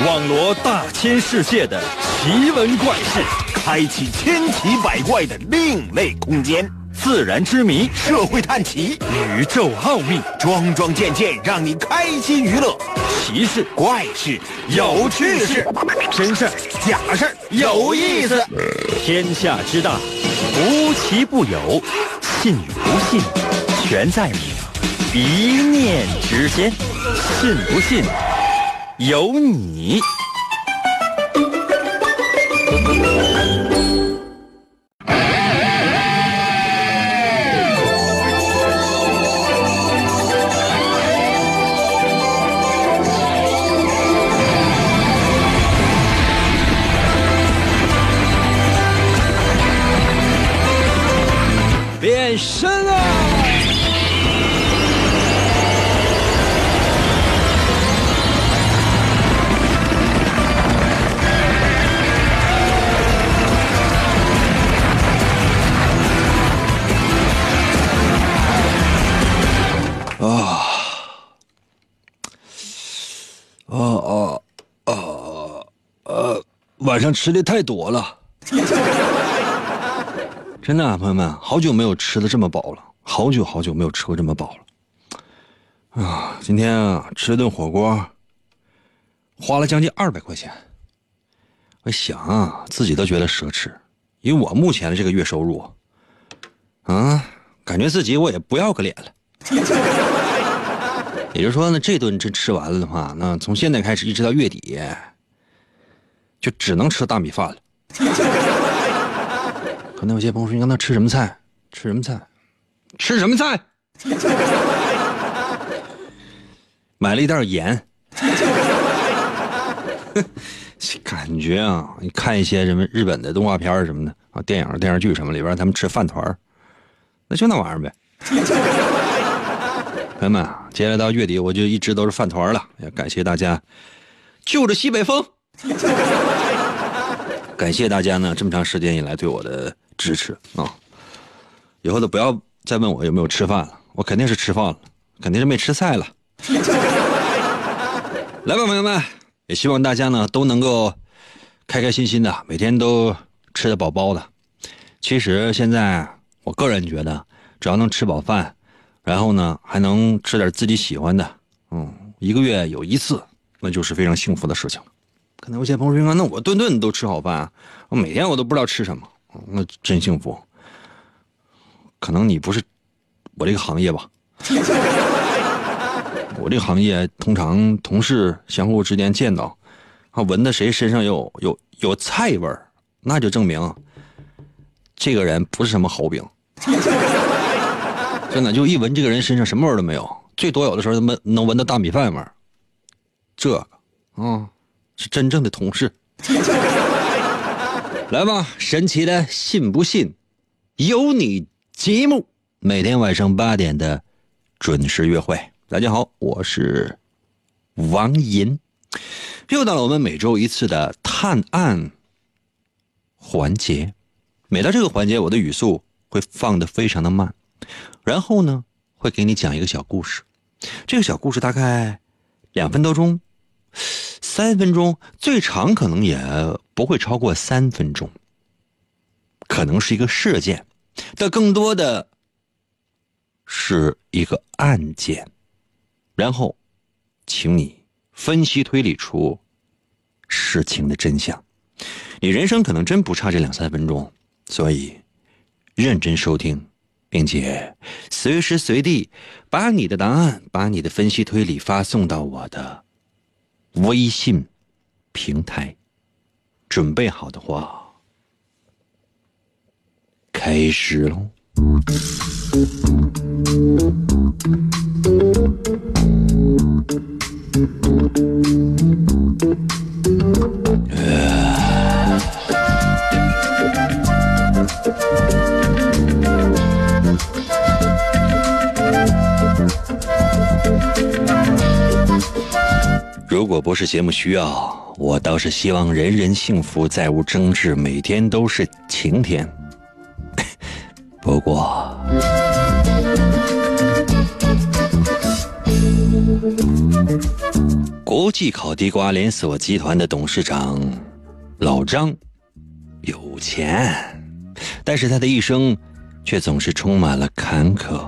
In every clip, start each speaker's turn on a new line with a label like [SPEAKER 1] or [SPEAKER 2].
[SPEAKER 1] 网罗大千世界的奇闻怪事，
[SPEAKER 2] 开启千奇百怪的另类空间，
[SPEAKER 1] 自然之谜，
[SPEAKER 2] 社会探奇，
[SPEAKER 1] 宇宙奥秘，
[SPEAKER 2] 桩桩件件让你开心娱乐。
[SPEAKER 1] 奇事
[SPEAKER 2] 怪事有趣事，
[SPEAKER 1] 真事
[SPEAKER 2] 假事有意思。
[SPEAKER 1] 天下之大，无奇不有，信与不信全在你一念之间。信不信由你。变身啊！晚上吃的太多了。真的啊，朋友们，好久没有吃的这么饱了，好久没有吃过这么饱了啊！今天啊，吃了顿火锅，花了将近200块钱。我想啊，自己都觉得奢侈，以我目前的这个月收入啊，感觉自己我也不要个脸了。也就是说呢，这顿真吃完了的话，那从现在开始一直到月底，就只能吃大米饭了。可能有些朋友说：“你刚才吃什么菜？吃什么菜？吃什么菜？”买了一袋盐。感觉啊，你看一些什么日本的动画片什么的啊，电影、电视剧什么里边，他们吃饭团，那就那玩意儿呗。朋友们，接下来到月底，我就一直都是饭团了。也感谢大家就着西北风。感谢大家呢这么长时间以来对我的支持啊！以后都不要再问我有没有吃饭了，我肯定是吃饭了，肯定是没吃菜了。来吧，朋友们，也希望大家呢都能够开开心心的，每天都吃得饱饱的。其实现在我个人觉得，只要能吃饱饭，然后呢还能吃点自己喜欢的，一个月有一次，那就是非常幸福的事情了。可能有些朋友说，那我顿顿都吃好饭，我每天我都不知道吃什么，那真幸福。可能你不是我这个行业吧。我这个行业通常同事相互之间见到闻到谁身上有菜味儿，那就证明这个人不是什么好饼。真的，就一闻这个人身上什么味儿都没有，最多有的时候能闻到大米饭味儿。这个是真正的同事。来吧，神奇的信不信由你节目，每天晚上8点的准时约会。大家好，我是王银，又到了我们每周一次的探案环节。每到这个环节，我的语速会放得非常的慢，然后呢会给你讲一个小故事。这个小故事大概2分多钟，3分钟，最长可能也不会超过3分钟，可能是一个事件，但更多的是一个案件，然后请你分析推理出事情的真相。你人生可能真不差这2-3分钟，所以认真收听，并且随时随地把你的答案，把你的分析推理发送到我的微信平台。准备好的话，开始喽。如果不是节目需要，我倒是希望人人幸福，再无争执，每天都是晴天。不过国际烤地瓜连锁集团的董事长老张有钱，但是他的一生却总是充满了坎坷。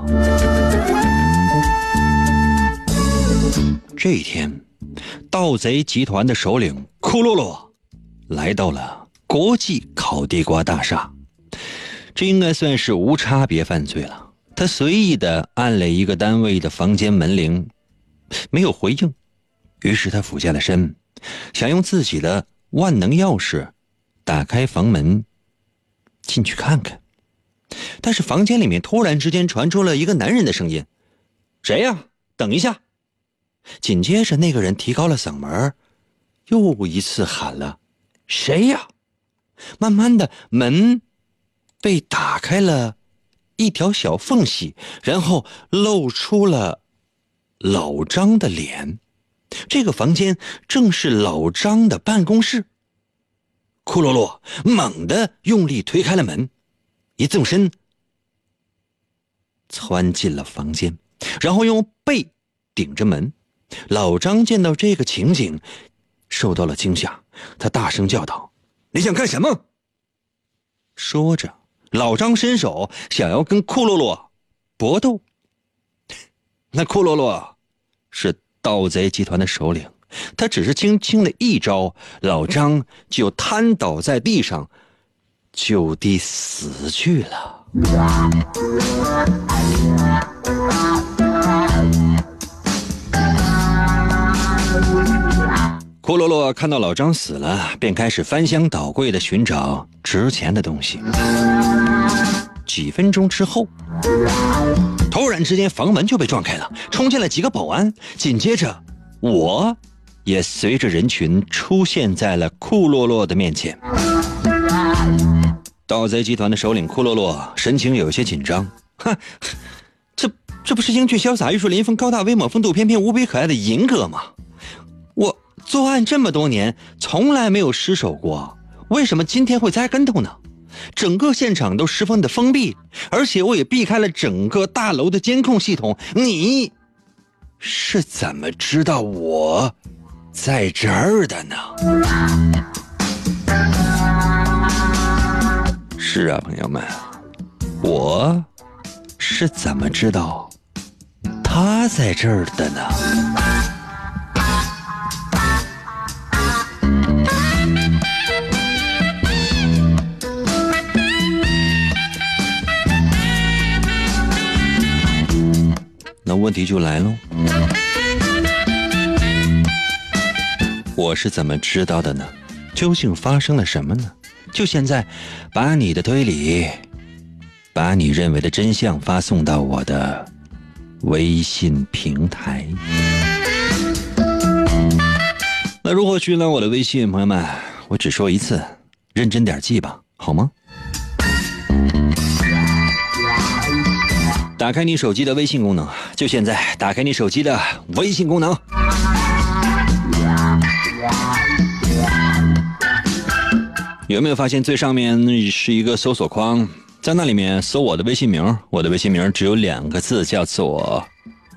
[SPEAKER 1] 这一天，盗贼集团的首领库洛洛来到了国际烤地瓜大厦，这应该算是无差别犯罪了。他随意地按了一个单位的房间门铃，没有回应，于是他俯下了身，想用自己的万能钥匙打开房门进去看看。但是房间里面突然之间传出了一个男人的声音：谁呀？等一下。紧接着那个人提高了嗓门，又一次喊了：谁呀？慢慢的门被打开了一条小缝隙，然后露出了老张的脸。这个房间正是老张的办公室。库洛洛猛地用力推开了门，一纵身窜进了房间，然后用背顶着门。老张见到这个情景受到了惊吓，他大声叫道：你想干什么？说着老张伸手想要跟库洛洛搏斗。那库洛洛是盗贼集团的首领，他只是轻轻的一招，老张就瘫倒在地上，就地死去了。库洛洛看到老张死了，便开始翻箱倒柜的寻找值钱的东西。几分钟之后，突然之间房门就被撞开了，冲进了几个保安，紧接着我也随着人群出现在了库洛洛的面前。盗贼集团的首领库洛洛神情有些紧张，这不是英俊潇洒、玉树临风、高大威猛、风度翩翩、无比可爱的银哥吗？我作案这么多年从来没有失手过，为什么今天会栽跟头呢？整个现场都十分的封闭，而且我也避开了整个大楼的监控系统，你是怎么知道我在这儿的呢？是啊，朋友们，我是怎么知道他在这儿的呢？那问题就来了，我是怎么知道的呢？究竟发生了什么呢？就现在，把你的推理，把你认为的真相发送到我的微信平台。那如何寻找我的微信，朋友们，我只说一次，认真点记吧，好吗？打开你手机的微信功能，就现在打开你手机的微信功能。有没有发现最上面是一个搜索框，在那里面搜我的微信名，我的微信名只有2个字，叫做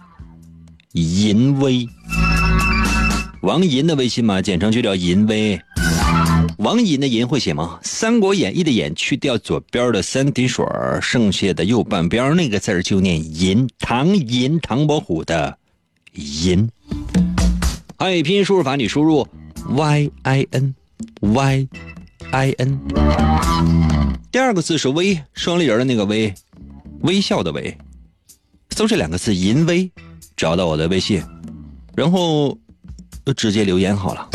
[SPEAKER 1] 银威。王银的微信嘛，简称就叫银威。王银的银会写吗？三国演义的演去掉左边的3滴水，剩下的右半边那个字就念银，唐银，唐伯虎的银。汉语拼音输入法，你输入 YIN。第2个字是微，双立人的那个微，微笑的微。搜这2个字银微，找到我的微信，然后直接留言好了。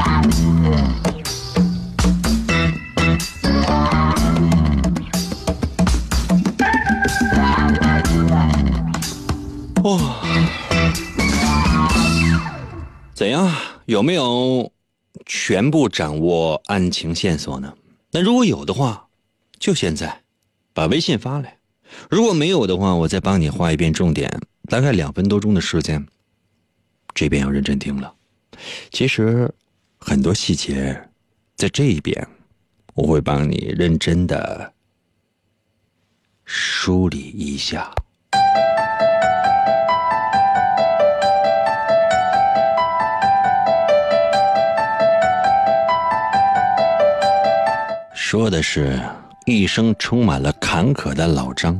[SPEAKER 1] 哇，怎样？有没有全部掌握案情线索呢？那如果有的话，就现在把微信发来；如果没有的话，我再帮你画一遍重点，大概2分多钟的时间，这边要认真听了。其实很多细节在这一边，我会帮你认真的梳理一下。 说的是一生充满了坎坷的老张。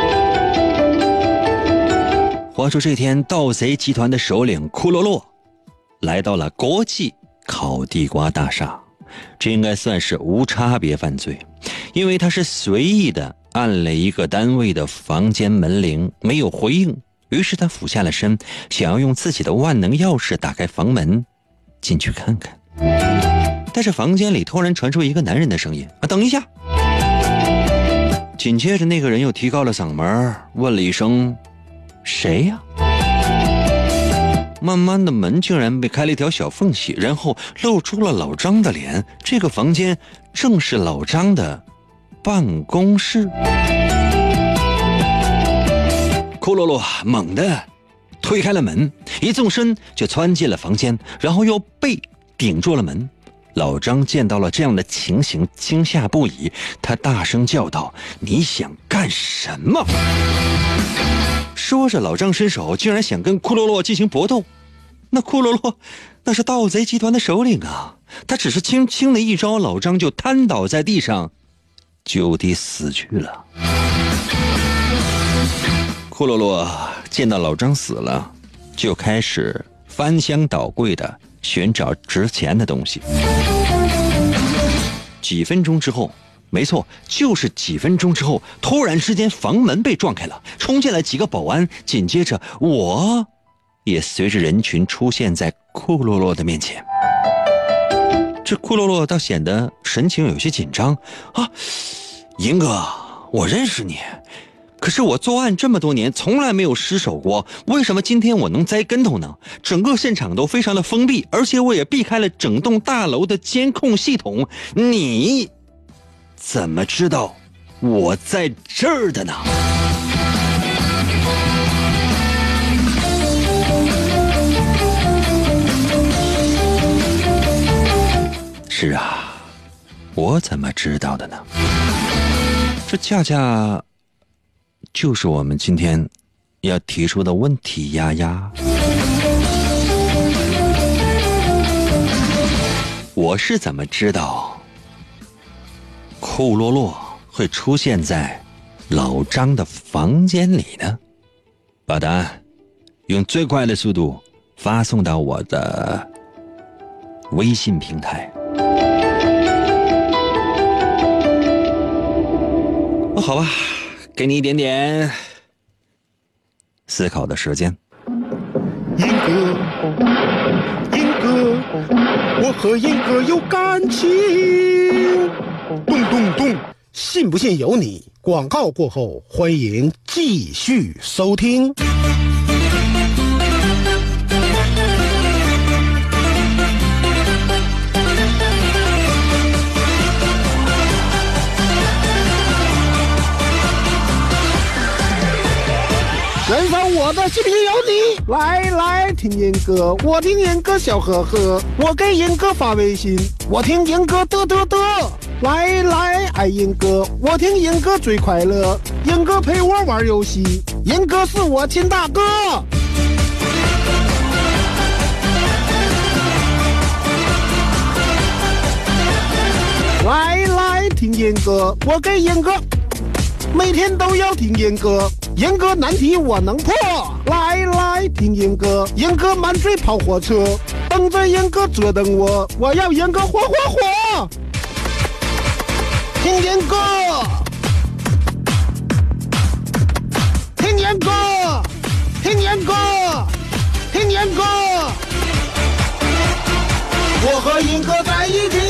[SPEAKER 1] 话说这天，盗贼集团的首领库洛洛来到了国际烤地瓜大厦，这应该算是无差别犯罪，因为他是随意的按了一个单位的房间门铃，没有回应，于是他俯下了身，想要用自己的万能钥匙打开房门进去看看。但是房间里突然传出一个男人的声音：等一下。紧接着那个人又提高了嗓门问了一声：谁呀？慢慢的门竟然被开了一条小缝隙，然后露出了老张的脸。这个房间正是老张的办公室。库洛洛猛地推开了门，一纵身就窜进了房间，然后又背顶住了门。老张见到了这样的情形，惊吓不已，他大声叫道：你想干什么？说着，老张伸手竟然想跟库洛洛进行搏斗。那库洛洛那是盗贼集团的首领啊，他只是轻轻的一招，老张就瘫倒在地上，就地死去了。库洛洛见到老张死了，就开始翻箱倒柜的寻找值钱的东西。几分钟之后，没错，就是几分钟之后，突然之间房门被撞开了，冲进来几个保安，紧接着我也随着人群出现在库洛洛的面前。这库洛洛倒显得神情有些紧张啊，银哥，我认识你，可是我作案这么多年从来没有失手过，为什么今天我能栽跟头呢？整个现场都非常的封闭，而且我也避开了整栋大楼的监控系统，你怎么知道我在这儿的呢？是啊，我怎么知道的呢？这恰恰就是我们今天要提出的问题呀。我是怎么知道库洛洛会出现在老张的房间里呢？把答案用最快的速度发送到我的微信平台。好吧，给你一点点思考的时间。
[SPEAKER 2] 银哥，银哥，我和银哥有感情。咚咚咚，信不信由你。广告过后，欢迎继续收听。人生我的信不信由你。来听银哥，我听银哥笑呵呵，我给银哥发微信，我听银哥嘚嘚嘚。来爱银哥，我听银哥最快乐，银哥陪我玩游戏，银哥是我亲大哥。来听银哥，我给银哥每天都要听银哥，银哥难题我能破。来听银哥，银哥满嘴跑火车，等着银哥折腾我，我要银哥火。听银哥，听银哥，听银哥，听银哥，我和银哥在一起。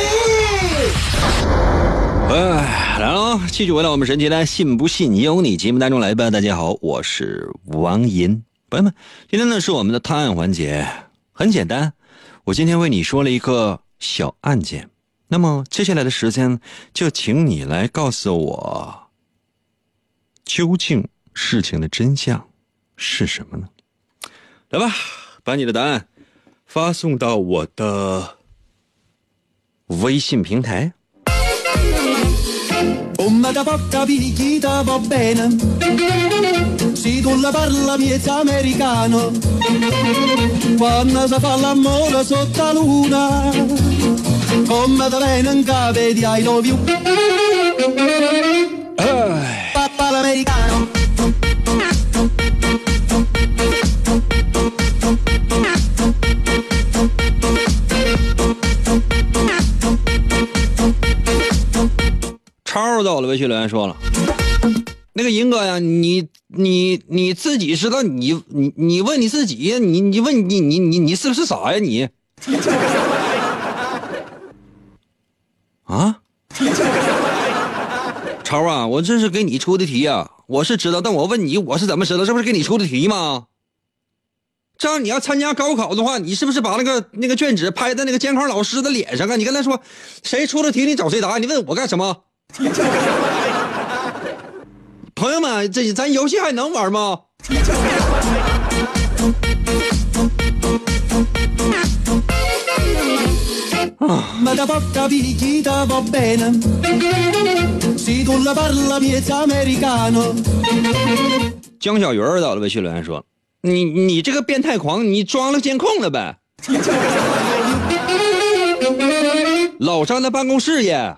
[SPEAKER 1] 来了，继续回到我们神奇的信不信由你节目当中来吧。大家好，我是王银。朋友们，今天呢是我们的探案环节，很简单，我今天为你说了一个小案件，那么接下来的时间就请你来告诉我，究竟事情的真相是什么呢？来吧，把你的答案发送到我的微信平台。
[SPEAKER 3] Come da porca picchita va bene, se tu la parla miezza americano, quando si fa l'amore sotto la luna, come da bene in cave di I love you.
[SPEAKER 1] 超到了，微信留言说了，那个银哥呀，你自己知道，你问你自己呀，你问你是不是傻呀你？啊？超啊，我这是给你出的题呀，我是知道，但我问你，我是怎么知道？这不是给你出的题吗？这样你要参加高考的话，你是不是把那个卷纸拍在那个监考老师的脸上啊？你跟他说谁出的题你找谁答，你问我干什么？朋友们，这咱游戏还能玩吗？江小鱼儿到了微信留言说，你这个变态狂，你装了监控了呗？老张的办公室耶。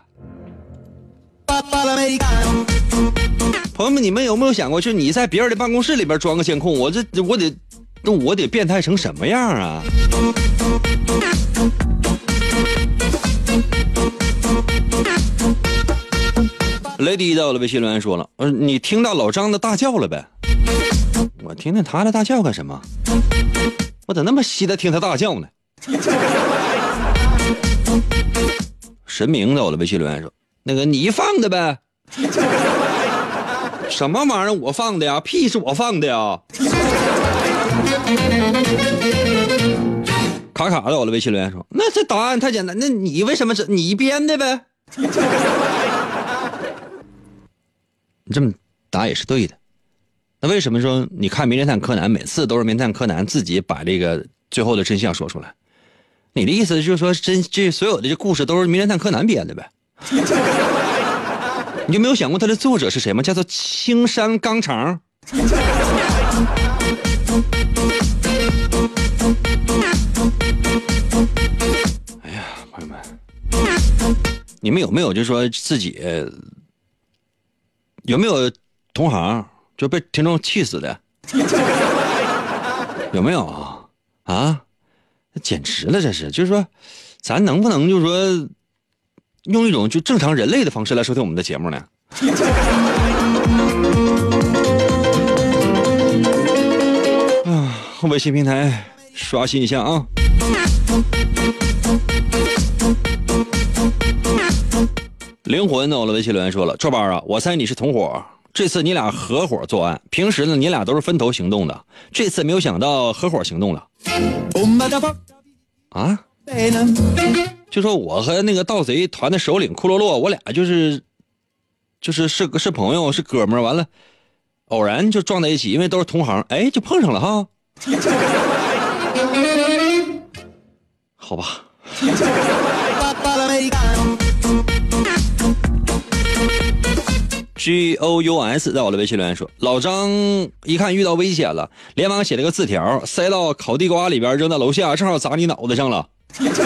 [SPEAKER 1] 朋友们，你们有没有想过，就你在别人的办公室里边装个监控，我得变态成什么样啊？Lady 到了微信留言说了，你听到老张的大叫了呗？我听听他的大叫干什么？我咋那么稀的听他大叫呢？神明到了微信留言说，那个你放的呗？什么玩意儿我放的呀？屁是我放的呀！卡卡到了微信留言说，那这答案太简单，那你为什么是你编的呗？你这么答也是对的。那为什么说你看名侦探柯南每次都是名侦探柯南自己把这个最后的真相说出来？你的意思就是说这所有的这故事都是名侦探柯南编的呗？你就没有想过他的作者是谁吗？叫做青山刚长。哎呀，朋友们，你们有没有就说自己有没有同行就被听众气死的？有没有啊？简直了，这是就是说，咱能不能就是说用一种就正常人类的方式来收听我们的节目呢？微信平台刷新一下啊！灵魂呢？我的微信留言说了，赵班啊，我猜你是同伙，这次你俩合伙作案，平时呢你俩都是分头行动的，这次没有想到合伙行动了。啊？就说我和那个盗贼团的首领库洛洛，我俩是朋友，是哥们儿，完了偶然就撞在一起，因为都是同行，哎，就碰上了哈。好吧。GOUS 在我的微信留言说，老张一看遇到危险了，连忙写了个字条，塞到烤地瓜里边，扔到楼下，正好砸你脑袋上了。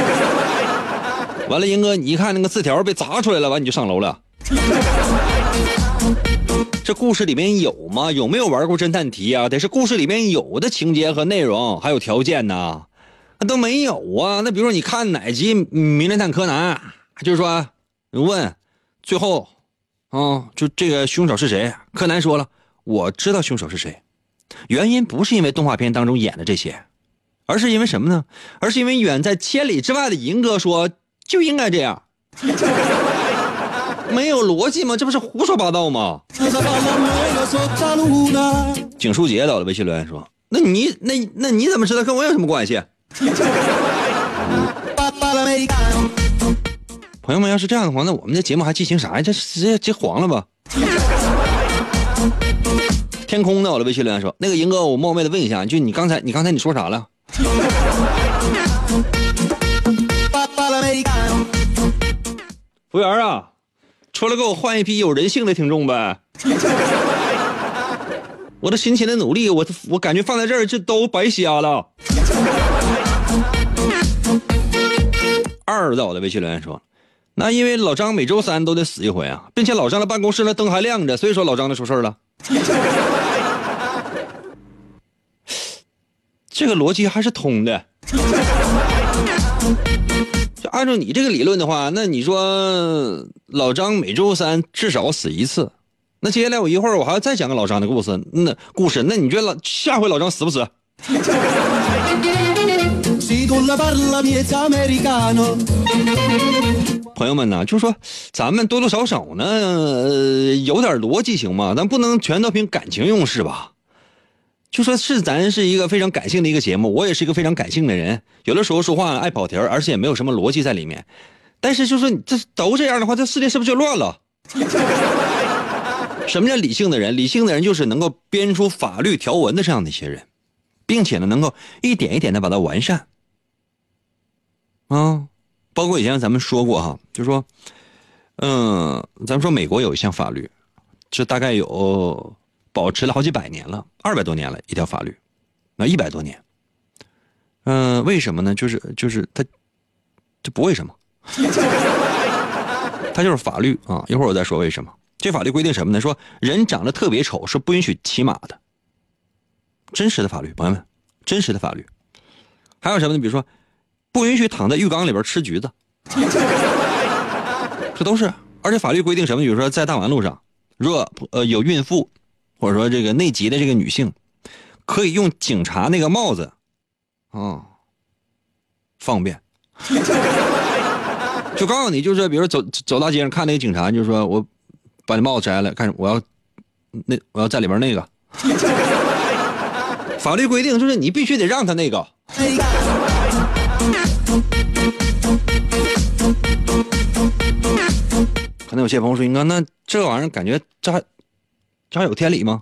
[SPEAKER 1] 完了，英哥，你一看那个字条被砸出来了，完你就上楼了。这故事里面有吗？有没有玩过侦探题啊？得是故事里面有的情节和内容，还有条件呢，那都没有啊。那比如说你看哪集名侦探柯南，就是说你问最后就这个凶手是谁？柯南说了，我知道凶手是谁。原因不是因为动画片当中演的这些，而是因为什么呢？而是因为远在千里之外的银哥说就应该这样。没有逻辑吗？这不是胡说八道吗？景书杰到了微信留言说，那你怎么知道跟我有什么关系？朋友们，要是这样的话，那我们这节目还进行啥呀？这直接黄了吧？天空的我的微信留言说，那个银哥，我冒昧的问一下，就你刚才你说啥了？服务员啊，出来给我换一批有人性的听众呗。我的辛勤的努力，我感觉放在这儿这都白瞎了。二到我的微信留言说， 那因为老张每周三都得死一回啊，并且老张的办公室的灯还亮着，所以说老张就出事了。这个逻辑还是通的。就按照你这个理论的话，那你说老张每周三至少死一次，那接下来我一会儿我还要再讲个老张的故事，那你觉得下回老张死不死？朋友们呢，就是说咱们多多少少呢，有点逻辑行吗？咱不能全都凭感情用事吧？就说是咱是一个非常感性的一个节目，我也是一个非常感性的人，有的时候说话爱跑题，而且也没有什么逻辑在里面。但是就说你这都这样的话，这世界是不是就乱了？什么叫理性的人？理性的人就是能够编出法律条文的这样的一些人，并且呢能够一点一点的把它完善。包括以前咱们说过哈，就是说咱们说美国有一项法律，这大概有保持了好几百年了，200多年了一条法律，那100多年。为什么呢？就是它就不为什么，它就是法律啊。一会儿我再说为什么。这法律规定什么呢？说人长得特别丑是不允许骑马的，真实的法律，朋友们，真实的法律。还有什么呢？比如说不允许躺在浴缸里边吃橘子，这都是。而且法律规定什么？比如说在大马路上，如果有孕妇或者说这个内急的这个女性，可以用警察那个帽子方便。就告诉你，就是比如说走大街上看那个警察，就是说我把你帽子摘了，看我要在里边那个。法律规定就是你必须得让他那个。可能有些朋友说，应该那这玩意儿感觉这还有天理吗？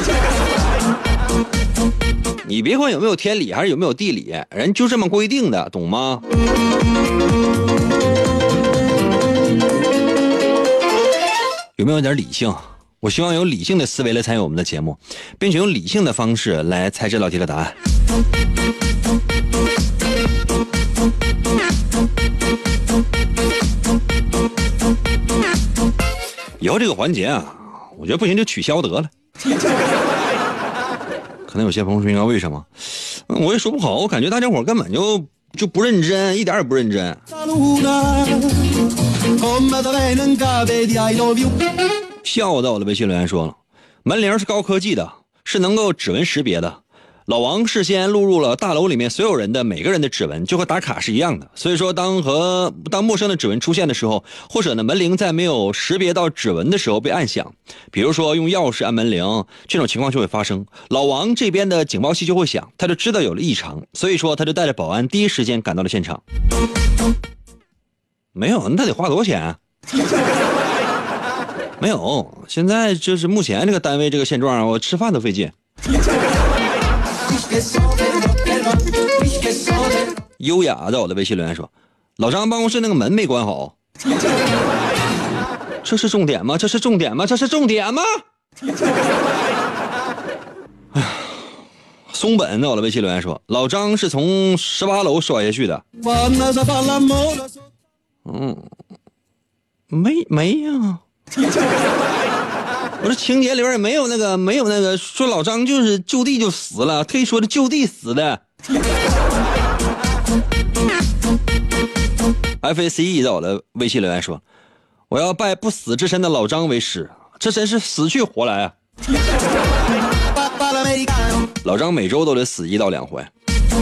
[SPEAKER 1] 你别管有没有天理还是有没有地理，人就这么规定的，懂吗？有没有点理性？我希望有理性的思维来参与我们的节目，并且用理性的方式来猜这道题的答案。以后这个环节啊，我觉得不行就取消得了。可能有些朋友说应该为什么？我也说不好，我感觉大家伙根本就不认真，一点也不认真。笑到我的微信留言说了，门铃是高科技的，是能够指纹识别的。老王事先录入了大楼里面所有人的每个人的指纹，就和打卡是一样的。所以说当陌生的指纹出现的时候，或者呢门铃在没有识别到指纹的时候被按响，比如说用钥匙按门铃，这种情况就会发生。老王这边的警报器就会响，他就知道有了异常，所以说他就带着保安第一时间赶到了现场。没有，那得花多少钱啊？没有，现在就是目前这个单位这个现状，我吃饭都费劲。优雅在我的微信留言说，老张办公室那个门没关好。这是重点吗？这是重点吗？这是重点吗？松本在我的微信留言说，老张是从18楼摔下去的。没呀。我说情节里边也没有那个说老张就是就地就死了，可以说的就地死的。FACE 在我的微信留言说，我要拜不死之身的老张为师，这真是死去活来啊。老张每周都得死1到2回。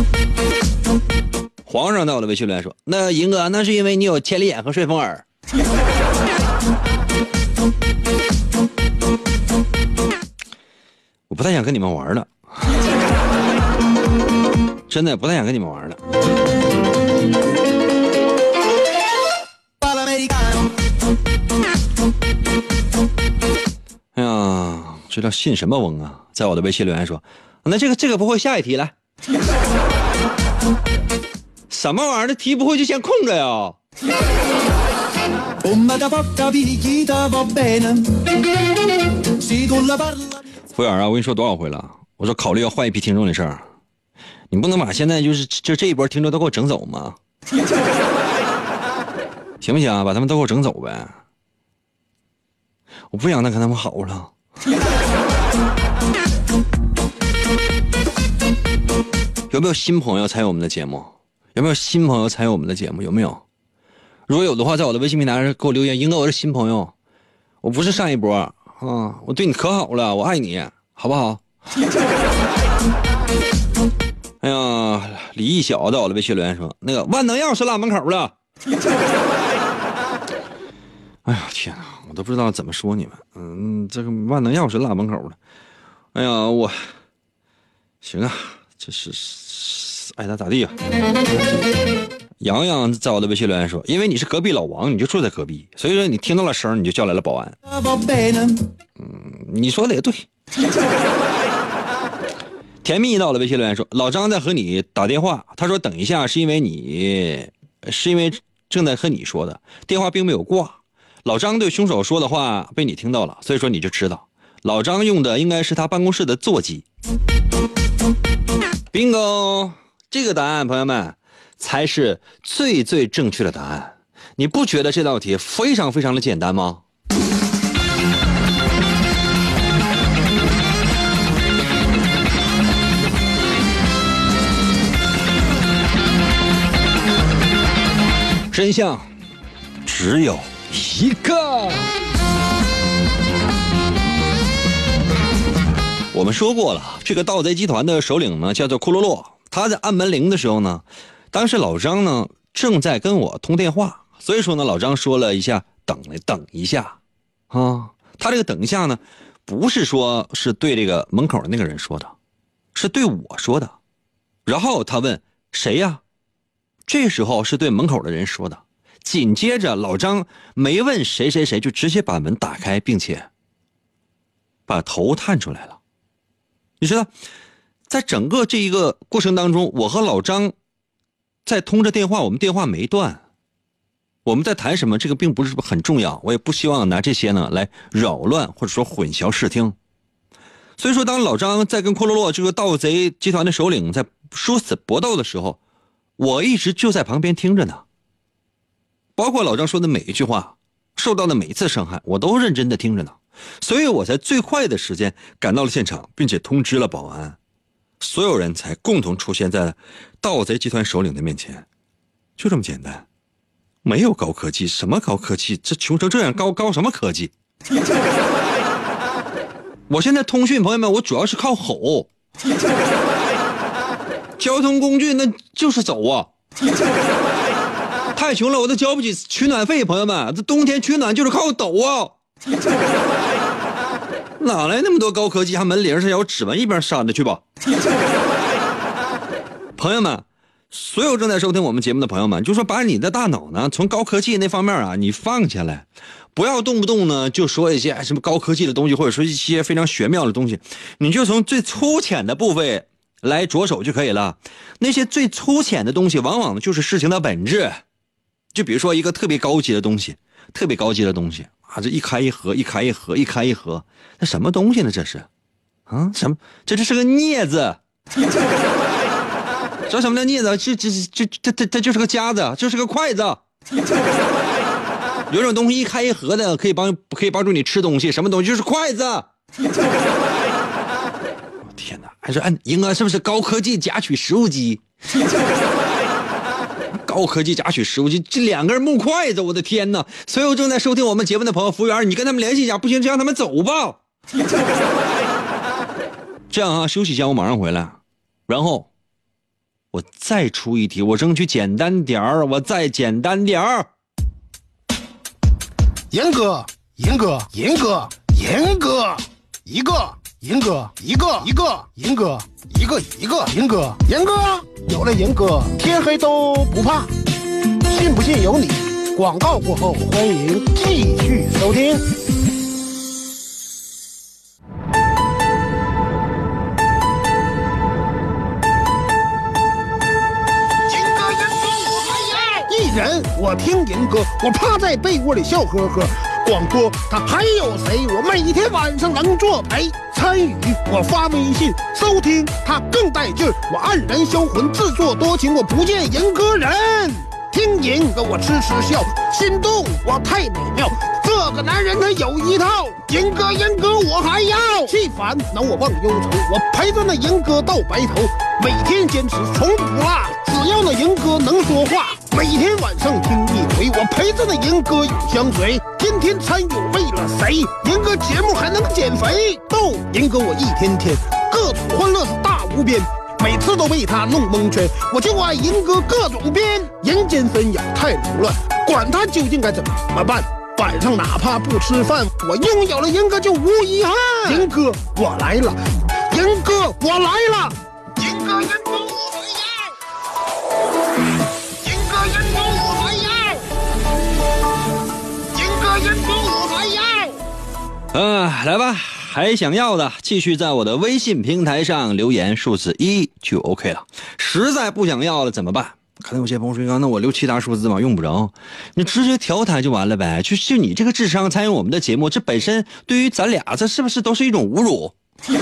[SPEAKER 1] 皇上在我的微信留言说，那银哥那是因为你有千里眼和顺风耳。我不太想跟你们玩了，真的不太想跟你们玩了。哎呀，这叫信什么翁啊？在我的微信留言说，那这个不会，下一题来。什么玩意儿的题不会就先空着呀？服务员啊，我跟你说多少回了？我说考虑要换一批听众的事儿，你不能把现在就这一波听众都给我整走吗？ 行不行？把他们都给我整走呗，我不想再跟他们好了。有没有新朋友参与我们的节目？有没有新朋友参与我们的节目？有没有？如果有的话，在我的微信平台上给我留言。英哥，我是新朋友，我不是上一波啊，我对你可好了，我爱你，好不好？哎呀，李一晓在我的微信留言说，那个万能钥匙落门口了。哎呀天啊，我都不知道怎么说你们。这个万能钥匙落门口了。哎呀，我行啊，这是爱咋咋地啊。洋洋在我的微信留言说，因为你是隔壁老王，你就住在隔壁，所以说你听到了声你就叫来了保安。你说的也对。甜蜜到了微信留言说，老张在和你打电话，他说等一下是因为正在和你说的，电话并没有挂。老张对凶手说的话被你听到了，所以说你就知道老张用的应该是他办公室的座机。bingo， 这个答案朋友们才是最最正确的答案。你不觉得这道题非常非常的简单吗？真相只有一个。我们说过了，这个盗贼集团的首领呢叫做库洛洛，他在按门铃的时候呢，当时老张呢正在跟我通电话，所以说呢老张说了一下等一下啊，他这个等一下呢不是说是对这个门口的那个人说的，是对我说的。然后他问谁呀？这时候是对门口的人说的。紧接着老张没问谁就直接把门打开，并且把头探出来了。你知道在整个这一个过程当中，我和老张在通着电话，我们电话没断，我们在谈什么这个并不是很重要，我也不希望拿这些呢来扰乱或者说混淆视听。所以说当老张在跟库洛洛这个盗贼集团的首领在殊死搏斗的时候，我一直就在旁边听着呢，包括老张说的每一句话，受到的每一次伤害，我都认真的听着呢。所以我在最快的时间赶到了现场，并且通知了保安，所有人才共同出现在盗贼集团首领的面前。就这么简单，没有高科技，什么高科技？这穷成这样，高什么科技？我现在通讯朋友们，我主要是靠吼。交通工具那就是走啊，太穷了，我都交不起取暖费，朋友们，这冬天取暖就是靠抖啊。哪来那么多高科技？还门铃上有指纹，一边删着去吧。朋友们，所有正在收听我们节目的朋友们，就说把你的大脑呢从高科技那方面啊你放下来，不要动不动呢就说一些什么高科技的东西，或者说一些非常玄妙的东西，你就从最粗浅的部分来着手就可以了。那些最粗浅的东西往往就是事情的本质。就比如说一个特别高级的东西啊，这一开一合，那什么东西呢？这是啊，什么？这是个镊子。知道什么叫镊子？这就是个夹子，就是个筷子。有种东西一开一合的，可以帮助你吃东西，什么东西？就是筷子。天哪！还是英哥是不是高科技夹取食物机？高科技夹取食物机，这2根木筷子，我的天哪！所有正在收听我们节目的朋友，服务员，你跟他们联系一下，不行就让他们走吧。这样啊，休息一下，我马上回来，然后我再出一题，我争取简单点儿，我再简单点儿。
[SPEAKER 2] 严哥，一个严哥，有了严哥，天黑都不怕。信不信由你。广告过后，欢迎继续收听。一人我听严哥，我趴在被窝里笑呵呵。广播他还有谁？我每天晚上能作陪。参与我发微信，收听他更带劲。我黯然销魂，自作多情，我不见严哥人。 听银哥我痴痴笑，心动我太美妙，这个男人他有一套，银哥我还要，气烦恼我忘忧愁，我陪着那银哥到白头，每天坚持从不落，只要那银哥能说话，每天晚上听一回，我陪着那银哥永相随，天天参与为了谁？银哥节目还能减肥，逗银哥我一天天各种欢乐是大无边，每次都被他弄蒙圈，我就爱银哥各种编，人间纷扰太凌乱，管他究竟该怎么办？晚上哪怕不吃饭，我拥有了银哥就无遗憾。银哥我来了，银哥我来了，银哥我还要，银哥我还要，银哥我还要。
[SPEAKER 1] 来吧，还想要的继续在我的微信平台上留言，数字1就 OK 了。实在不想要了怎么办？可能有些朋友说，那我6、7大数字嘛用不着，你直接调台就完了呗。就你这个智商参与我们的节目，这本身对于咱俩这是不是都是一种侮辱？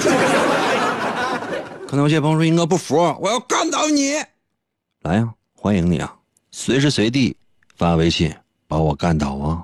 [SPEAKER 1] 可能有些朋友说，应该不服，我要干倒你。来呀，欢迎你啊，随时随地发微信把我干倒啊。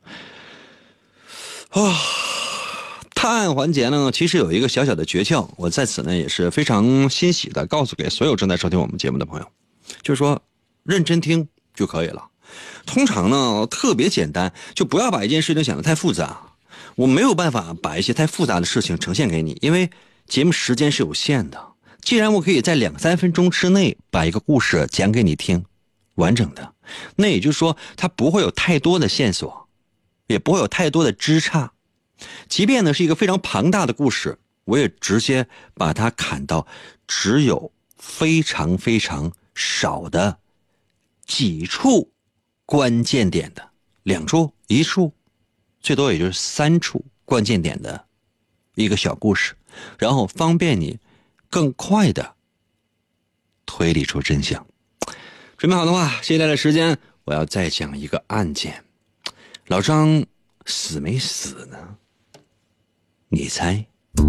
[SPEAKER 1] 探案环节呢，其实有一个小小的诀窍，我在此呢也是非常欣喜的告诉给所有正在收听我们节目的朋友，就是说认真听就可以了。通常呢特别简单，就不要把一件事情想得太复杂。我没有办法把一些太复杂的事情呈现给你，因为节目时间是有限的。既然我可以在2、3分钟之内把一个故事讲给你听完整的，那也就是说它不会有太多的线索，也不会有太多的枝杈。即便呢是一个非常庞大的故事，我也直接把它砍到只有非常非常少的几处关键点的2处、1处，最多也就是3处关键点的一个小故事，然后方便你更快的推理出真相。准备好的话，接下来的时间我要再讲一个案件。老张死没死呢？你猜？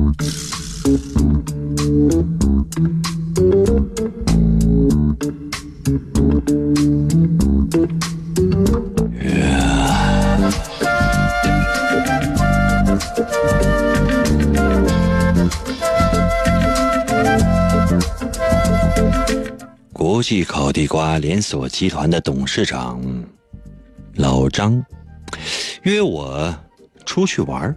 [SPEAKER 1] 国际烤地瓜连锁集团的董事长老张约我出去玩，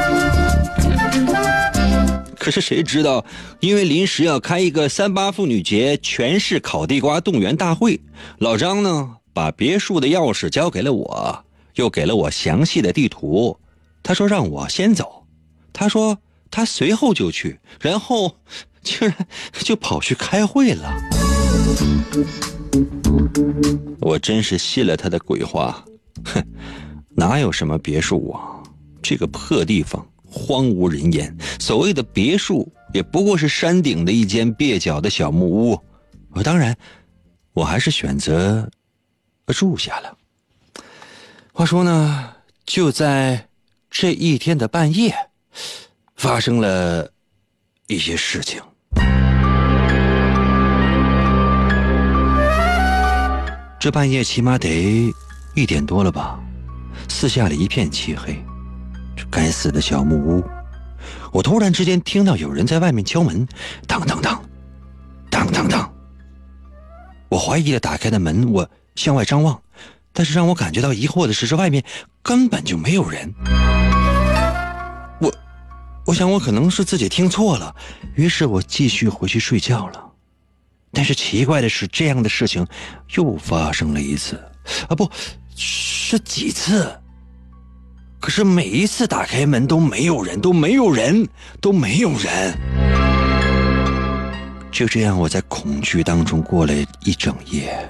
[SPEAKER 1] 可是谁知道，因为临时要开一个38妇女节全市烤地瓜动员大会，老张呢把别墅的钥匙交给了我，又给了我详细的地图。他说让我先走，他说他随后就去，然后竟然就跑去开会了。我真是信了他的鬼话，哼，哪有什么别墅啊，这个破地方荒无人烟，所谓的别墅也不过是山顶的一间蹩脚的小木屋。当然我还是选择住下了。话说呢，就在这一天的半夜发生了一些事情。这半夜起码得1点多了吧，四下里一片漆黑，这该死的小木屋，我突然之间听到有人在外面敲门，当当当当当当。我怀疑的打开的门，我向外张望，但是让我感觉到疑惑的是，这外面根本就没有人。我想我可能是自己听错了，于是我继续回去睡觉了。但是奇怪的是，这样的事情又发生了一次，不是几次，可是每一次打开门都没有人，都没有人，都没有人。就这样，我在恐惧当中过了一整夜。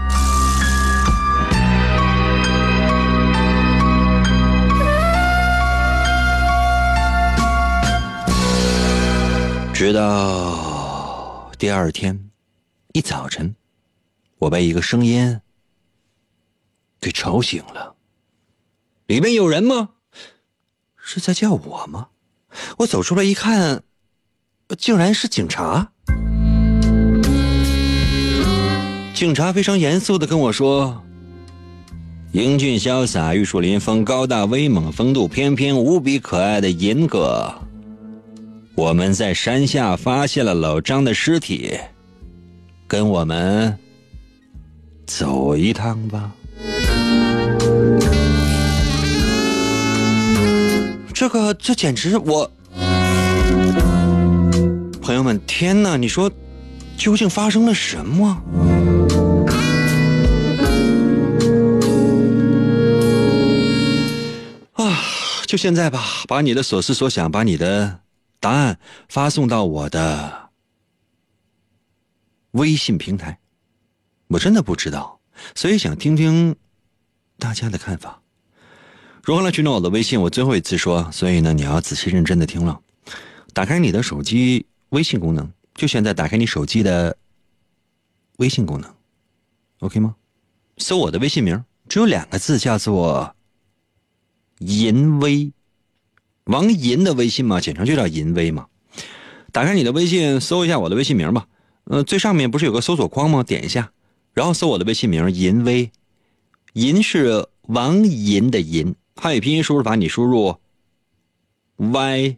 [SPEAKER 1] 直到第二天一早晨，我被一个声音给吵醒了。里面有人吗？是在叫我吗？我走出来一看，竟然是警察。 警察非常严肃地跟我说，英俊潇洒、玉树临风、高大威猛、风度翩翩、无比可爱的银哥，我们在山下发现了老张的尸体，跟我们走一趟吧。这简直朋友们，天哪，你说究竟发生了什么？就现在吧，把你的所思所想，把你的答案发送到我的微信平台。我真的不知道，所以想听听大家的看法。如何来寻找我的微信？我最后一次说，所以呢，你要仔细认真的听了。打开你的手机微信功能，就现在打开你手机的微信功能 ，OK 吗？搜我的微信名，只有2个字，叫做银威，王银的微信嘛，简称就叫银威嘛。打开你的微信，搜一下我的微信名吧。最上面不是有个搜索框吗？点一下，然后搜我的微信名银威。银是王银的银，汉语拼音输入法你输入 YIN，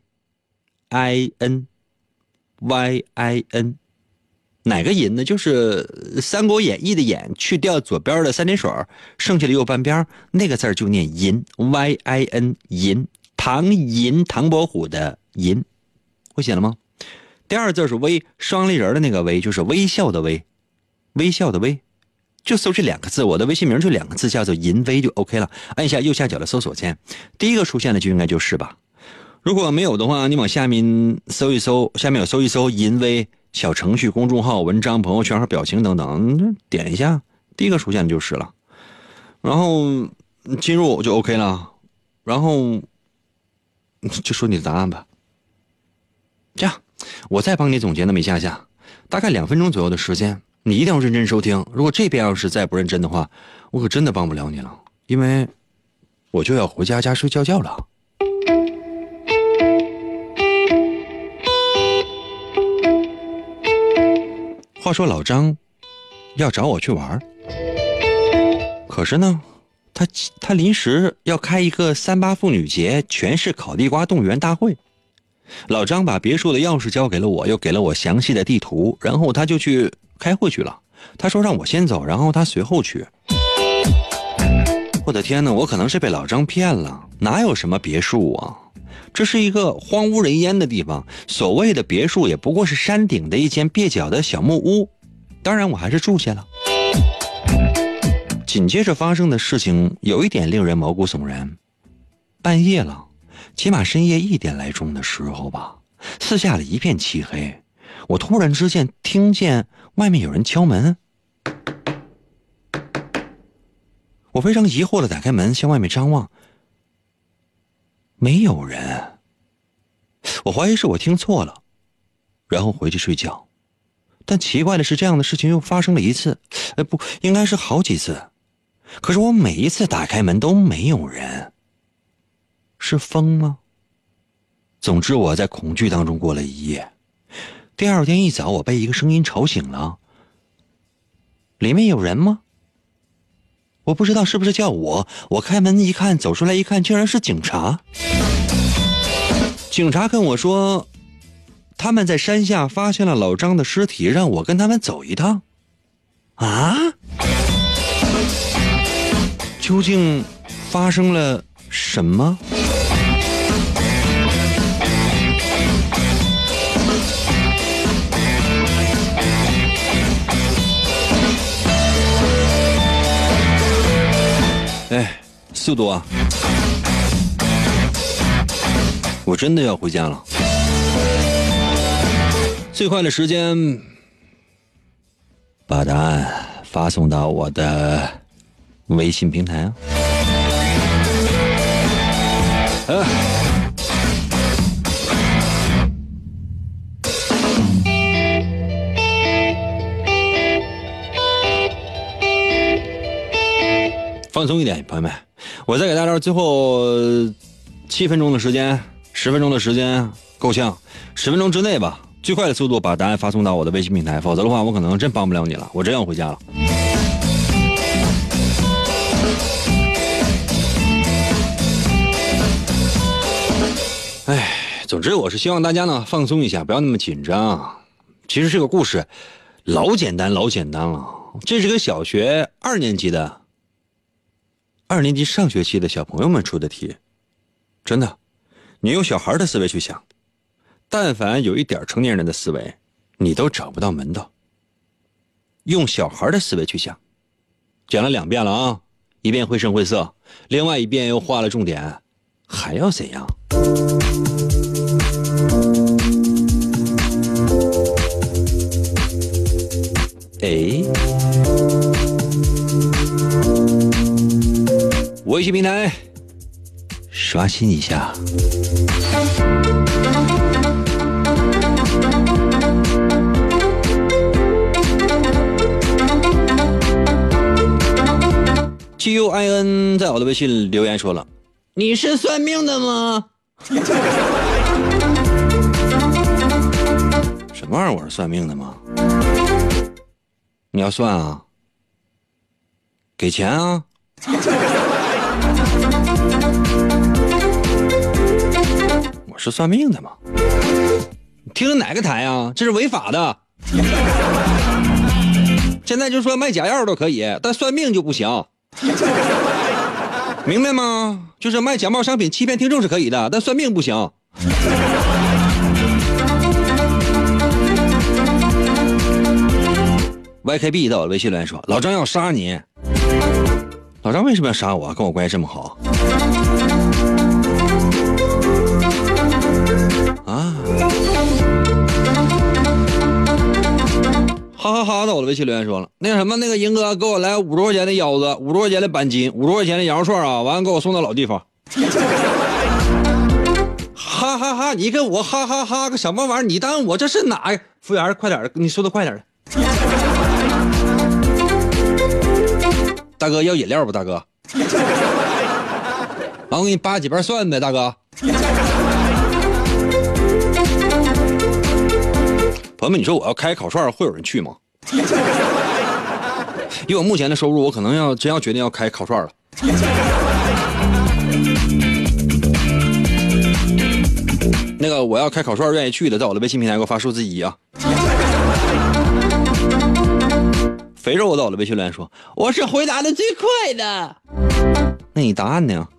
[SPEAKER 1] 哪个银呢？就是《三国演义》的演，去掉左边的3点水，剩下的右半边那个字就念银 ，YIN 银，唐银，唐伯虎的银，会写了吗？第二字是微，双立人的那个微，就是微笑的微，微笑的微，就搜这2个字，我的微信名就2个字，叫做银微就 OK 了。按一下右下角的搜索键，第一个出现的就应该就是吧。如果没有的话，你往下面搜一搜，下面有搜一搜银微小程序、公众号、文章、朋友圈和表情等等，点一下，第一个出现的就是了。然后进入就 OK 了，然后就说你的答案吧。这样，我再帮你总结那么一下下，大概2分钟左右的时间，你一定要认真收听。如果这边要是再不认真的话，我可真的帮不了你了，因为我就要回家睡觉了。话说老张要找我去玩，可是呢，他临时要开一个38妇女节全市烤地瓜动员大会。老张把别墅的钥匙交给了我，又给了我详细的地图，然后他就去开会去了。他说让我先走，然后他随后去。我的天哪，我可能是被老张骗了，哪有什么别墅啊？这是一个荒无人烟的地方，所谓的别墅也不过是山顶的一间蹩脚的小木屋。当然我还是住下了。紧接着发生的事情有一点令人毛骨悚然。半夜了，起码深夜1点来钟的时候吧，四下里一片漆黑，我突然之间听见外面有人敲门。我非常疑惑地打开门向外面张望，没有人。我怀疑是我听错了，然后回去睡觉。但奇怪的是，这样的事情又发生了一次，不，应该是好几次。可是我每一次打开门都没有人。是风吗？总之我在恐惧当中过了一夜。第二天一早，我被一个声音吵醒了。里面有人吗？我不知道是不是叫我。我开门一看，走出来一看，竟然是警察。警察跟我说，他们在山下发现了老张的尸体，让我跟他们走一趟。啊？究竟发生了什么？哎，速度啊！我真的要回家了。最快的时间，把答案发送到我的微信平台啊！放松一点，朋友们，我再给大家最后7分钟的时间，10分钟的时间够呛，10分钟之内吧，最快的速度把答案发送到我的微信平台，否则的话我可能真帮不了你了，我真要回家了。 总之我是希望大家呢放松一下，不要那么紧张。其实这个故事老简单了。这是个小学2年级上学期的小朋友们出的题，真的，你用小孩的思维去想，但凡有一点成年人的思维，你都找不到门道。用小孩的思维去想，讲了2遍了啊，一遍绘声绘色，另外一遍又画了重点，还要怎样？微信平台刷新一下。GUIN 在我的微信留言说了，你是算命的吗？什么玩意儿？我是算命的吗？你要算啊？给钱啊？我是算命的吗？你听的哪个台啊？这是违法的。现在就说卖假药都可以，但算命就不行。明白吗？就是卖假冒商品欺骗听众是可以的，但算命不行。YKB 到我微信留言说，老张要杀你。老张为什么要杀我？跟我关系这么好啊？哈哈哈！到我的微信留言说了，那什么，那个银哥给我来50多块钱的腰子，50多块钱的板筋，50多块钱的羊肉串啊，完了给我送到老地方。哈哈哈！你跟我哈哈哈个什么玩意儿？你当我这是哪呀？服务员，快点，你说的快点。大哥要饮料不？大哥，完我给你扒几瓣蒜呗，大哥。朋友们，你说我要开烤串会有人去吗？以我目前的收入，我可能真要决定要开烤串了。那个我要开烤串愿意去的，在我的微信平台给我发数字1啊。肥肉到我的微信留言说，我是回答的最快的。那你答案呢？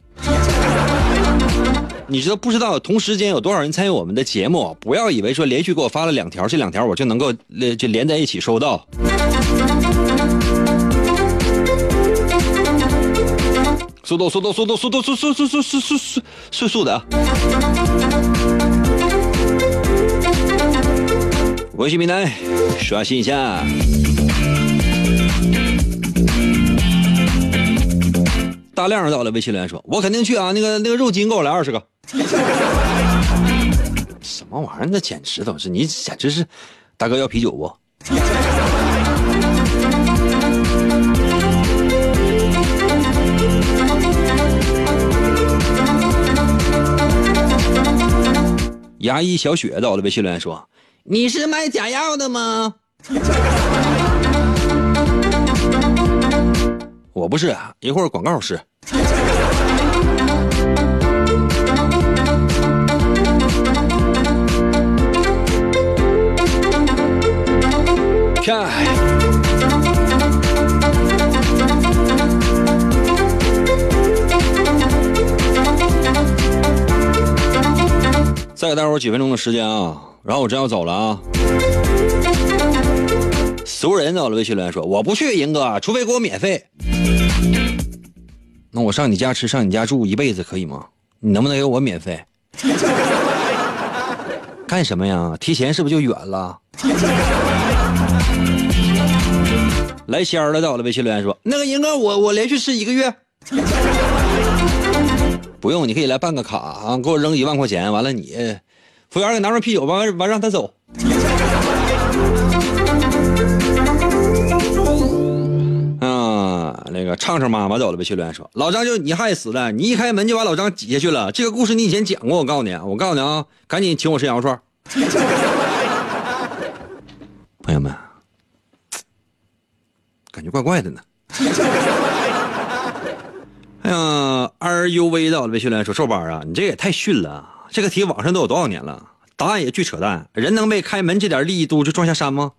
[SPEAKER 1] 你知道不知道同时间有多少人参与我们的节目？不要以为说连续给我发了2条，这2条我就能够就连在一起收到。速度的。微信平台刷新一下。大亮到了微信留言说，我肯定去啊，那个肉筋给我来20个。什么玩意儿？那简直都是，你简直是。大哥要啤酒不？牙医小雪到了微信留言说，你是卖假药的吗？我不是，一会儿广告是。看，再给大伙儿几分钟的时间啊，然后我真要走了啊。俗人到了微信留言说，我不去银哥，除非给我免费。那我上你家吃，上你家住一辈子可以吗？你能不能给我免费？干什么呀？提前是不是就远了？来仙儿了，到了微信留言说，那个银哥我连续吃1个月。不用，你可以来办个卡啊，给我扔1万块钱，完了你服务员给拿上啤酒，完让他走。那个畅畅妈妈走了，微信留言说，老张就你害死了，你一开门就把老张挤下去了。这个故事你以前讲过，我告诉你啊，赶紧请我吃羊肉串。朋友们，感觉怪怪的呢。哎呀 ，RUV 到了微信留言说，瘦班啊，你这也太逊了， 这个题网上都有多少年了，答案也巨扯淡。人能被开门这点力度就撞下山吗？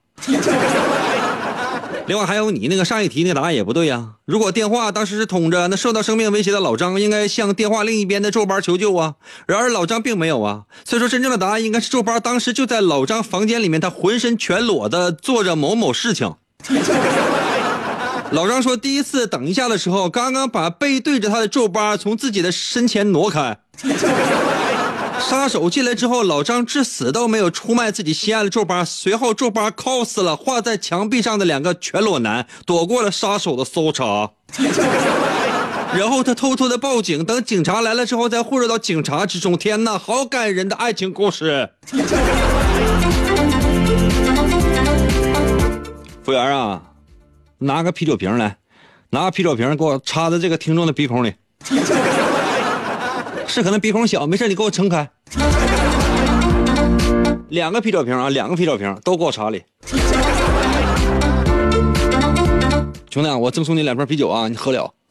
[SPEAKER 1] 另外还有你那个上一题那个答案也不对啊。如果电话当时是通着，那受到生命威胁的老张应该向电话另一边的皱巴求救啊。然而老张并没有啊，所以说真正的答案应该是皱巴当时就在老张房间里面，他浑身全裸的做着某某事情。老张说第一次等一下的时候，刚刚把背对着他的皱巴从自己的身前挪开。杀手进来之后，老张至死都没有出卖自己心爱的皱巴，随后皱巴 cos 了画在墙壁上的两个全裸男，躲过了杀手的搜查。然后他偷偷的报警，等警察来了之后再混入到警察之中。天哪，好感人的爱情故事。服务员啊，拿个啤酒瓶来，拿个啤酒瓶给我插在这个听众的鼻孔里。是可能鼻孔小，没事你给我撑开。两个啤酒瓶啊，两个啤酒瓶都给我插里。兄弟，我赠送你2瓶啤酒啊，你喝了。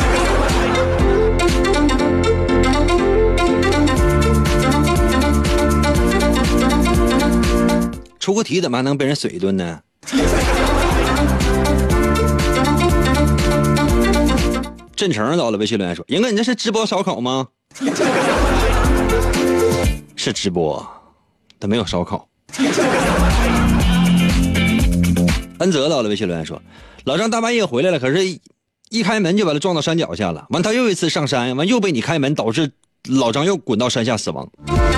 [SPEAKER 1] 出个题怎么还能被人水一顿呢？镇城到了微信留言说：“英哥，你这是直播烧烤吗？”是直播，但没有烧烤。恩泽到了微信留言说：“老张大半夜回来了，可是一开门就把他撞到山脚下了。完他又一次上山，完又被你开门，导致老张又滚到山下死亡。”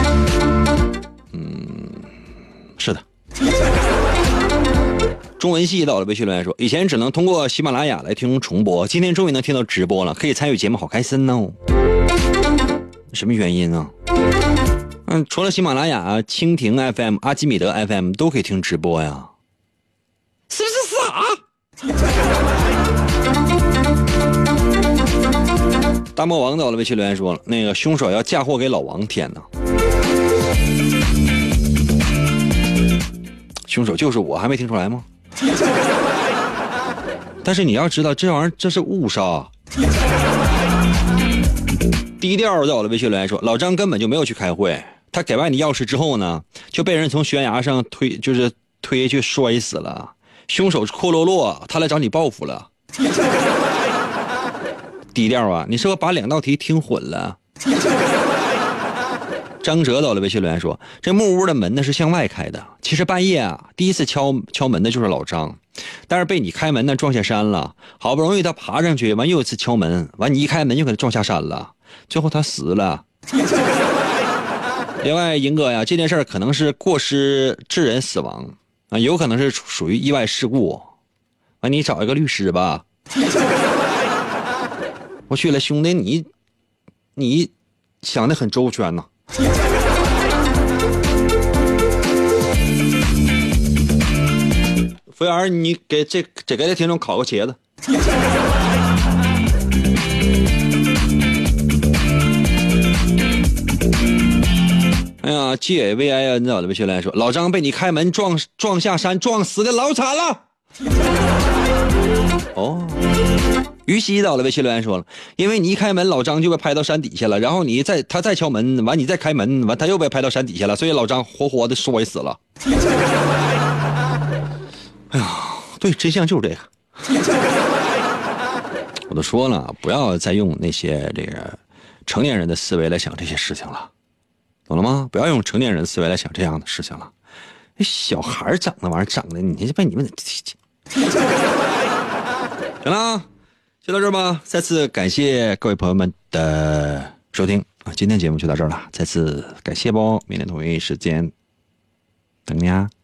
[SPEAKER 1] 是的。中文系到了微信留言说：“以前只能通过喜马拉雅来听重播，今天终于能听到直播了，可以参与节目，好开心哦。”什么原因呢？除了喜马拉雅、蜻蜓 FM、阿基米德 FM 都可以听直播呀，是不是傻？大魔王到了微信留言说了，那个凶手要嫁祸给老王，天哪！凶手就是我，还没听出来吗？但是你要知道，这玩意儿这是误杀。低调在我的微信留言说，老张根本就没有去开会，他给完你钥匙之后呢，就被人从悬崖上推去摔死了。凶手是阔落落，他来找你报复了。低调啊，你是不是把2道题听混了？张哲到了微信留言说，这木屋的门呢是向外开的，其实半夜啊第一次敲门的就是老张，但是被你开门呢撞下山了，好不容易他爬上去，完又一次敲门，完你一开门就给他撞下山了，最后他死了。另外银哥呀，这件事可能是过失致人死亡啊，有可能是属于意外事故，完你找一个律师吧。我去了，兄弟，你想得很周全呐。服务员，你给这听众烤个茄子。哎呀 GAVIN 在我的微信来说，老张被你开门撞下山，撞死的老惨了。哦，于西到了微信留言说了，因为你一开门，老张就被拍到山底下了，然后他再敲门，完你再开门，完他又被拍到山底下了，所以老张活活的摔死了。哎呀，对，真相就是这个。我都说了，不要再用那些这个成年人的思维来想这些事情了，懂了吗？不要用成年人的思维来想这样的事情了。小孩整那玩意儿整的，你被你们行了，就到这儿吧。再次感谢各位朋友们的收听啊，今天节目就到这儿了。再次感谢不，明天同一时间等你啊。